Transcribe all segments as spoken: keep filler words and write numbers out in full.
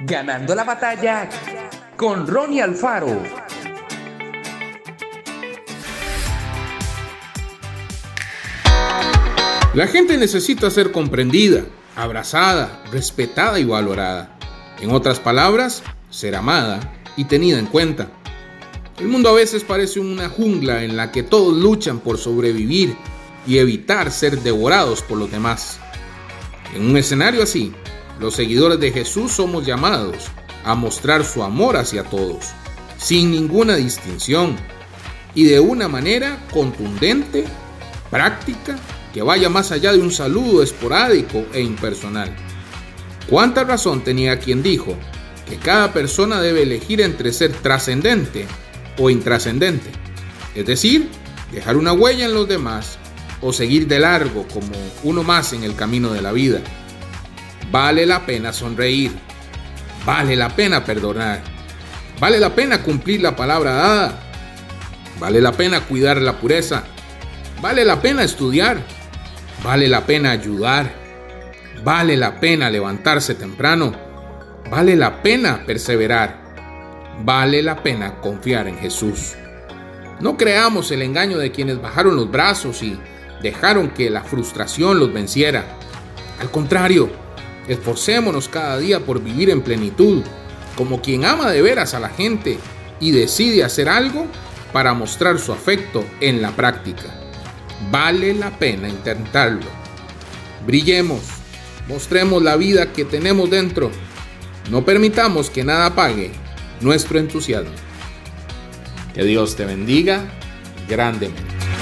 Ganando la batalla con Ronnie Alfaro. La gente necesita ser comprendida, abrazada, respetada y valorada. En otras palabras, ser amada y tenida en cuenta. El mundo a veces parece una jungla en la que todos luchan por sobrevivir y evitar ser devorados por los demás. En un escenario así, los seguidores de Jesús somos llamados a mostrar su amor hacia todos, sin ninguna distinción y de una manera contundente, práctica, que vaya más allá de un saludo esporádico e impersonal. ¿Cuánta razón tenía quien dijo que cada persona debe elegir entre ser trascendente o intrascendente? Es decir, dejar una huella en los demás o seguir de largo como uno más en el camino de la vida. Vale la pena sonreír, vale la pena perdonar, vale la pena cumplir la palabra dada, vale la pena cuidar la pureza, vale la pena estudiar, vale la pena ayudar, vale la pena levantarse temprano, vale la pena perseverar, vale la pena confiar en Jesús. No creamos el engaño de quienes bajaron los brazos y dejaron que la frustración los venciera. Al contrario, esforcémonos cada día por vivir en plenitud, como quien ama de veras a la gente y decide hacer algo para mostrar su afecto en la práctica. Vale la pena intentarlo. Brillemos, mostremos la vida que tenemos dentro. No permitamos que nada apague nuestro entusiasmo. Que Dios te bendiga grandemente.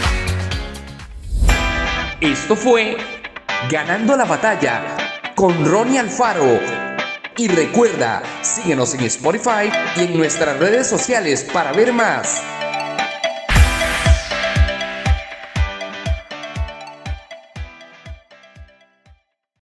Esto fue Ganando la batalla con Ronnie Alfaro. Y recuerda, síguenos en Spotify y en nuestras redes sociales para ver más.